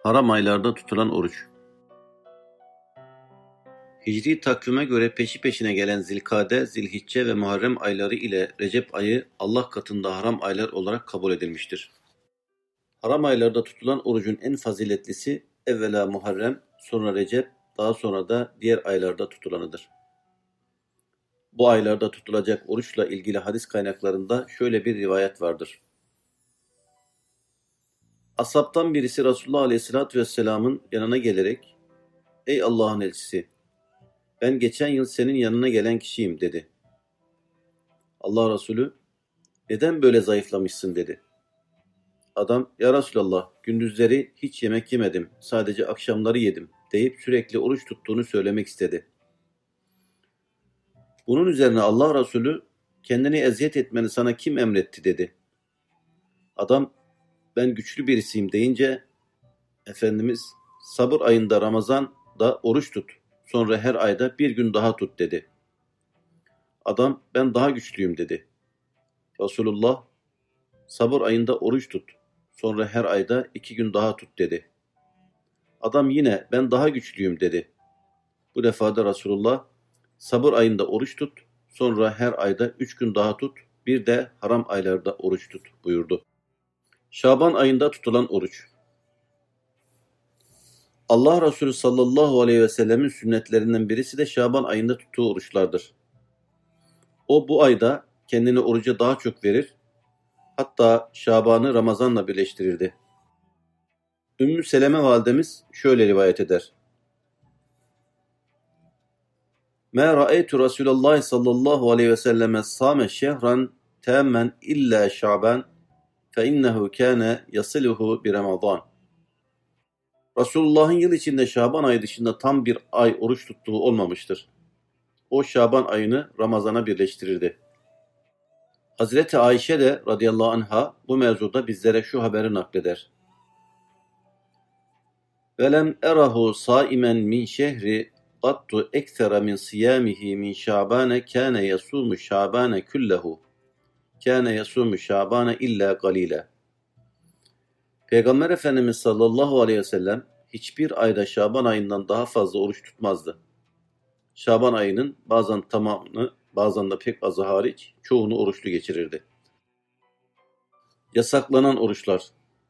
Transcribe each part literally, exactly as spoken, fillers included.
Haram aylarda tutulan oruç. Hicri takvime göre peşi peşine gelen Zilkade, Zilhicce ve Muharrem ayları ile Recep ayı Allah katında haram aylar olarak kabul edilmiştir. Haram aylarda tutulan orucun en faziletlisi evvela Muharrem, sonra Recep, daha sonra da diğer aylarda tutulanıdır. Bu aylarda tutulacak oruçla ilgili hadis kaynaklarında şöyle bir rivayet vardır. Ashabtan birisi Resulullah Aleyhisselatü Vesselam'ın yanına gelerek, "Ey Allah'ın elçisi, ben geçen yıl senin yanına gelen kişiyim," dedi. Allah Resulü, "Neden böyle zayıflamışsın?" dedi. Adam, "Ya Resulallah, gündüzleri hiç yemek yemedim, sadece akşamları yedim," deyip sürekli oruç tuttuğunu söylemek istedi. Bunun üzerine Allah Resulü, "Kendini eziyet etmeni sana kim emretti?" dedi. Adam, "Ben güçlü birisiyim," deyince Efendimiz, "Sabır ayında Ramazan'da oruç tut, sonra her ayda bir gün daha tut," dedi. Adam, "Ben daha güçlüyüm," dedi. Resulullah, "Sabır ayında oruç tut, sonra her ayda iki gün daha tut," dedi. Adam yine, "Ben daha güçlüyüm," dedi. Bu defa da Resulullah, "Sabır ayında oruç tut, sonra her ayda üç gün daha tut, bir de haram aylarda oruç tut," buyurdu. Şaban ayında tutulan oruç. Allah Resulü sallallahu aleyhi ve sellemin sünnetlerinden birisi de Şaban ayında tuttuğu oruçlardır. O bu ayda kendini oruca daha çok verir, hatta Şaban'ı Ramazan'la birleştirirdi. Ümmü Seleme validemiz şöyle rivayet eder. "Mâ ra'eytu Rasûlallâhi sallallahu aleyhi ve selleme sâme şehran tâmmen illâ Şaban fe innehu kâne yasiluhu bi Ramazan." Resulullah'ın yıl içinde Şaban ayı dışında tam bir ay oruç tuttuğu olmamıştır. O Şaban ayını Ramazan'a birleştirirdi. Hazreti Ayşe de radıyallahu anha bu mevzuda bizlere şu haberi nakleder. "Velem erahu saimen min şehri qattu ekthera min siyamihi min Şabane kâne yasûmu Şabane küllehu. Kâne yasûmu Şabane illa galîle." Peygamber Efendimiz sallallahu aleyhi ve sellem hiçbir ayda Şaban ayından daha fazla oruç tutmazdı. Şaban ayının bazen tamamını, bazen de pek azı hariç çoğunu oruçlu geçirirdi. Yasaklanan oruçlar.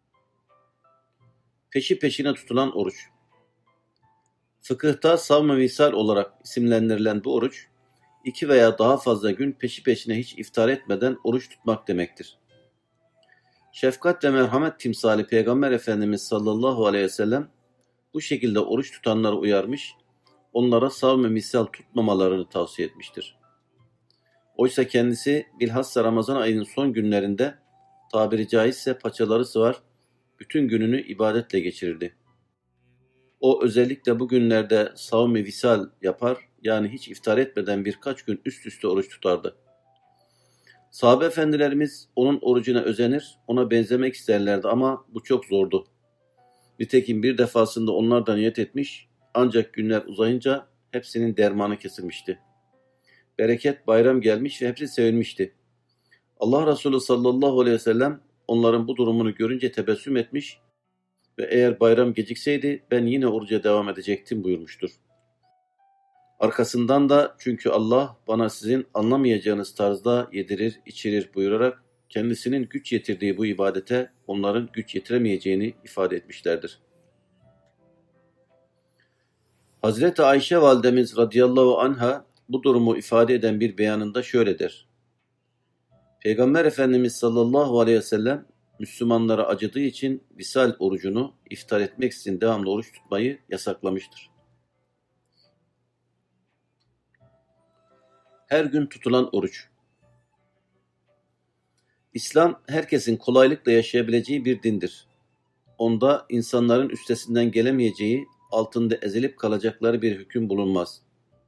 Peşi peşine tutulan oruç. Fıkıhta savm-ı visal olarak isimlendirilen bu oruç, iki veya daha fazla gün peşi peşine hiç iftar etmeden oruç tutmak demektir. Şefkat ve merhamet timsali Peygamber Efendimiz sallallahu aleyhi ve sellem bu şekilde oruç tutanları uyarmış, onlara savm-ı misal tutmamalarını tavsiye etmiştir. Oysa kendisi bilhassa Ramazan ayının son günlerinde tabiri caizse paçaları sıvar, bütün gününü ibadetle geçirirdi. O özellikle bu günlerde savm-ı visal yapar, yani hiç iftar etmeden birkaç gün üst üste oruç tutardı. Sahabe efendilerimiz onun orucuna özenir, ona benzemek isterlerdi ama bu çok zordu. Nitekim bir defasında onlar da niyet etmiş, ancak günler uzayınca hepsinin dermanı kesilmişti. Bereket bayram gelmiş ve hepsi sevinmişti. Allah Resulü sallallahu aleyhi ve sellem onların bu durumunu görünce tebessüm etmiş ve eğer bayram gecikseydi ben yine oruca devam edecektim buyurmuştur. Arkasından da çünkü Allah bana sizin anlamayacağınız tarzda yedirir, içirir buyurarak kendisinin güç yetirdiği bu ibadete onların güç yetiremeyeceğini ifade etmişlerdir. Hazreti Ayşe validemiz radıyallahu anha bu durumu ifade eden bir beyanında şöyle der. Peygamber Efendimiz sallallahu aleyhi ve sellem Müslümanlara acıdığı için visal orucunu iftar etmek için devamlı oruç tutmayı yasaklamıştır. Her gün tutulan oruç. İslam herkesin kolaylıkla yaşayabileceği bir dindir. Onda insanların üstesinden gelemeyeceği, altında ezilip kalacakları bir hüküm bulunmaz.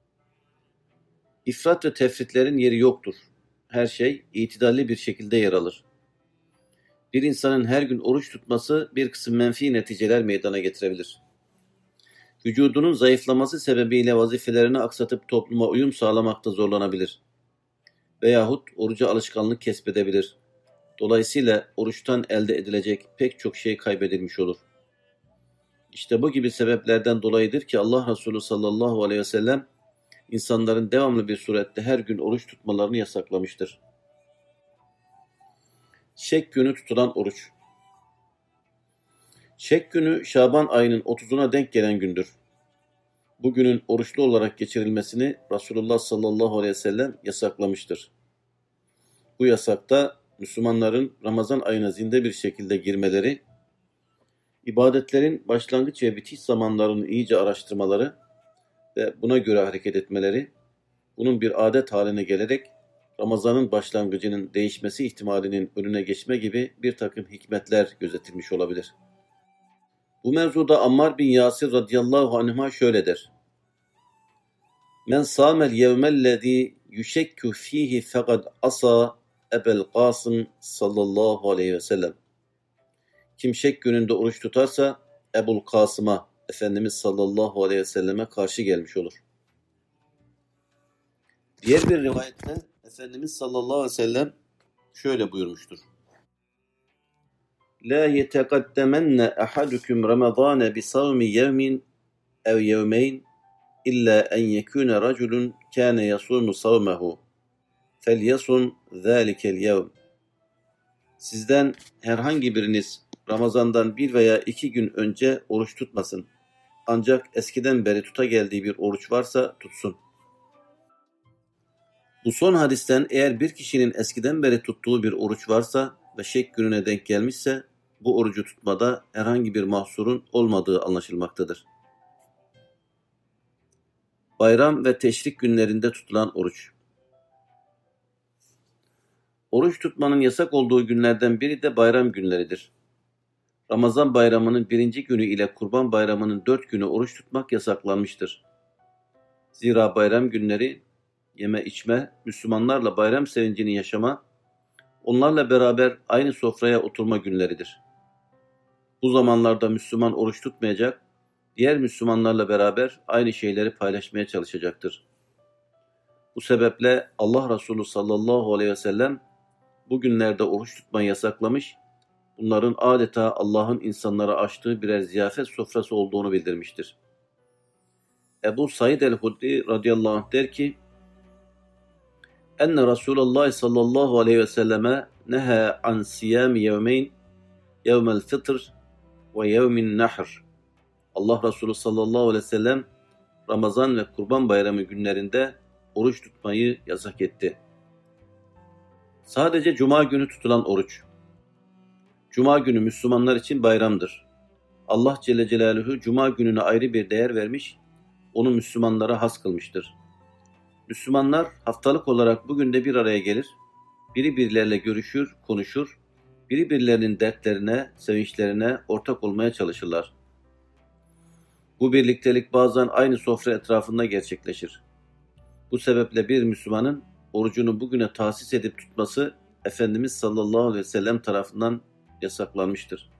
İfrat ve tefritlerin yeri yoktur. Her şey itidalli bir şekilde yer alır. Bir insanın her gün oruç tutması bir kısım menfi neticeler meydana getirebilir. Vücudunun zayıflaması sebebiyle vazifelerini aksatıp topluma uyum sağlamakta zorlanabilir. Veyahut oruca alışkanlık kesbedebilir. Dolayısıyla oruçtan elde edilecek pek çok şey kaybedilmiş olur. İşte bu gibi sebeplerden dolayıdır ki Allah Resulü sallallahu aleyhi ve sellem insanların devamlı bir surette her gün oruç tutmalarını yasaklamıştır. Şek günü tutulan oruç. Şek günü Şaban ayının otuzuna denk gelen gündür. Bu günün oruçlu olarak geçirilmesini Resulullah sallallahu aleyhi ve sellem yasaklamıştır. Bu yasakta Müslümanların Ramazan ayına zinde bir şekilde girmeleri, ibadetlerin başlangıç ve bitiş zamanlarını iyice araştırmaları ve buna göre hareket etmeleri, bunun bir adet haline gelerek Ramazan'ın başlangıcının değişmesi ihtimalinin önüne geçme gibi bir takım hikmetler gözetilmiş olabilir. Bu mevzuda Ammar bin Yasir radıyallahu anhuma şöyle der: Men sâmel yevmellezî yüşekkü fîhi fekad asa Ebel Kasım sallallahu aleyhi ve sellem. Kim şek gününde oruç tutarsa Ebul Kasım'a, Efendimiz sallallahu aleyhi ve selleme karşı gelmiş olur. Diğer bir rivayette Efendimiz sallallahu aleyhi ve sellem şöyle buyurmuştur: La yetekaddemenne ahadukum Ramazane bi savmi yevmin ev yevmeyn illa en yekune raculun kâne yasumu savmehu felyasun zâlikel yevm. Sizden herhangi biriniz Ramazan'dan bir veya iki gün önce oruç tutmasın. Ancak eskiden beri tuta geldiği bir oruç varsa tutsun. Bu son hadisten eğer bir kişinin eskiden beri tuttuğu bir oruç varsa ve şek gününe denk gelmişse bu orucu tutmada herhangi bir mahsurun olmadığı anlaşılmaktadır. Bayram ve teşrik günlerinde tutulan oruç. Oruç tutmanın yasak olduğu günlerden biri de bayram günleridir. Ramazan bayramının birinci günü ile Kurban bayramının dört günü oruç tutmak yasaklanmıştır. Zira bayram günleri yeme içme, Müslümanlarla bayram sevincini yaşama, onlarla beraber aynı sofraya oturma günleridir. Bu zamanlarda Müslüman oruç tutmayacak, diğer Müslümanlarla beraber aynı şeyleri paylaşmaya çalışacaktır. Bu sebeple Allah Resulü sallallahu aleyhi ve sellem bu günlerde oruç tutmayı yasaklamış, bunların adeta Allah'ın insanlara açtığı birer ziyafet sofrası olduğunu bildirmiştir. Ebu Said el-Hudri radıyallahu anh der ki, enne Resulullah sallallahu aleyhi ve selleme neha an siyami yevmeyn yevmel fitr ve yevmin nahr. Allah Resulü sallallahu aleyhi ve sellem Ramazan ve Kurban Bayramı günlerinde oruç tutmayı yasak etti. Sadece Cuma günü tutulan oruç. Cuma günü Müslümanlar için bayramdır. Allah Celle Celaluhu Cuma gününe ayrı bir değer vermiş, onu Müslümanlara has kılmıştır. Müslümanlar haftalık olarak bugün de bir araya gelir, biri birileriyle görüşür, konuşur, biri birilerinin dertlerine, sevinçlerine ortak olmaya çalışırlar. Bu birliktelik bazen aynı sofra etrafında gerçekleşir. Bu sebeple bir Müslümanın orucunu bugüne tahsis edip tutması Efendimiz sallallahu aleyhi ve sellem tarafından yasaklanmıştır.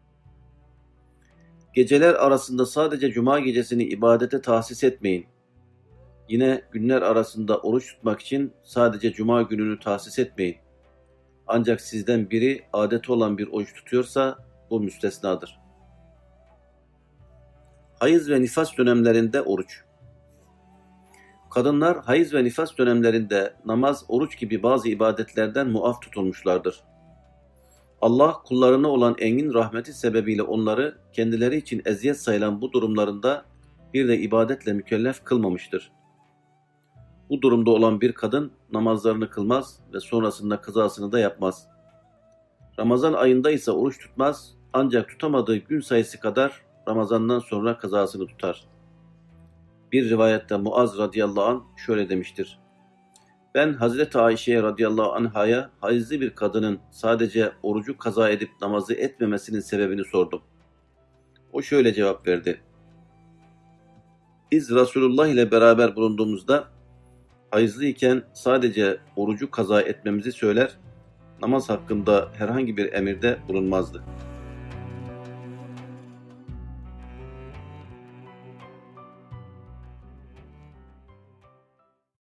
Geceler arasında sadece Cuma gecesini ibadete tahsis etmeyin. Yine günler arasında oruç tutmak için sadece Cuma gününü tahsis etmeyin. Ancak sizden biri adeti olan bir oruç tutuyorsa bu müstesnadır. Hayız ve nifas dönemlerinde oruç. Kadınlar hayız ve nifas dönemlerinde namaz, oruç gibi bazı ibadetlerden muaf tutulmuşlardır. Allah kullarına olan engin rahmeti sebebiyle onları kendileri için eziyet sayılan bu durumlarında bir de ibadetle mükellef kılmamıştır. Bu durumda olan bir kadın namazlarını kılmaz ve sonrasında kazasını da yapmaz. Ramazan ayında ise oruç tutmaz, ancak tutamadığı gün sayısı kadar Ramazandan sonra kazasını tutar. Bir rivayette Muaz radıyallahu anh şöyle demiştir: Ben Hazreti Ayşe'ye radıyallahu anh'a hayızlı bir kadının sadece orucu kaza edip namazı etmemesinin sebebini sordum. O şöyle cevap verdi: Biz Resulullah ile beraber bulunduğumuzda hayızlıyken sadece orucu kaza etmemizi söyler, namaz hakkında herhangi bir emirde bulunmazdı.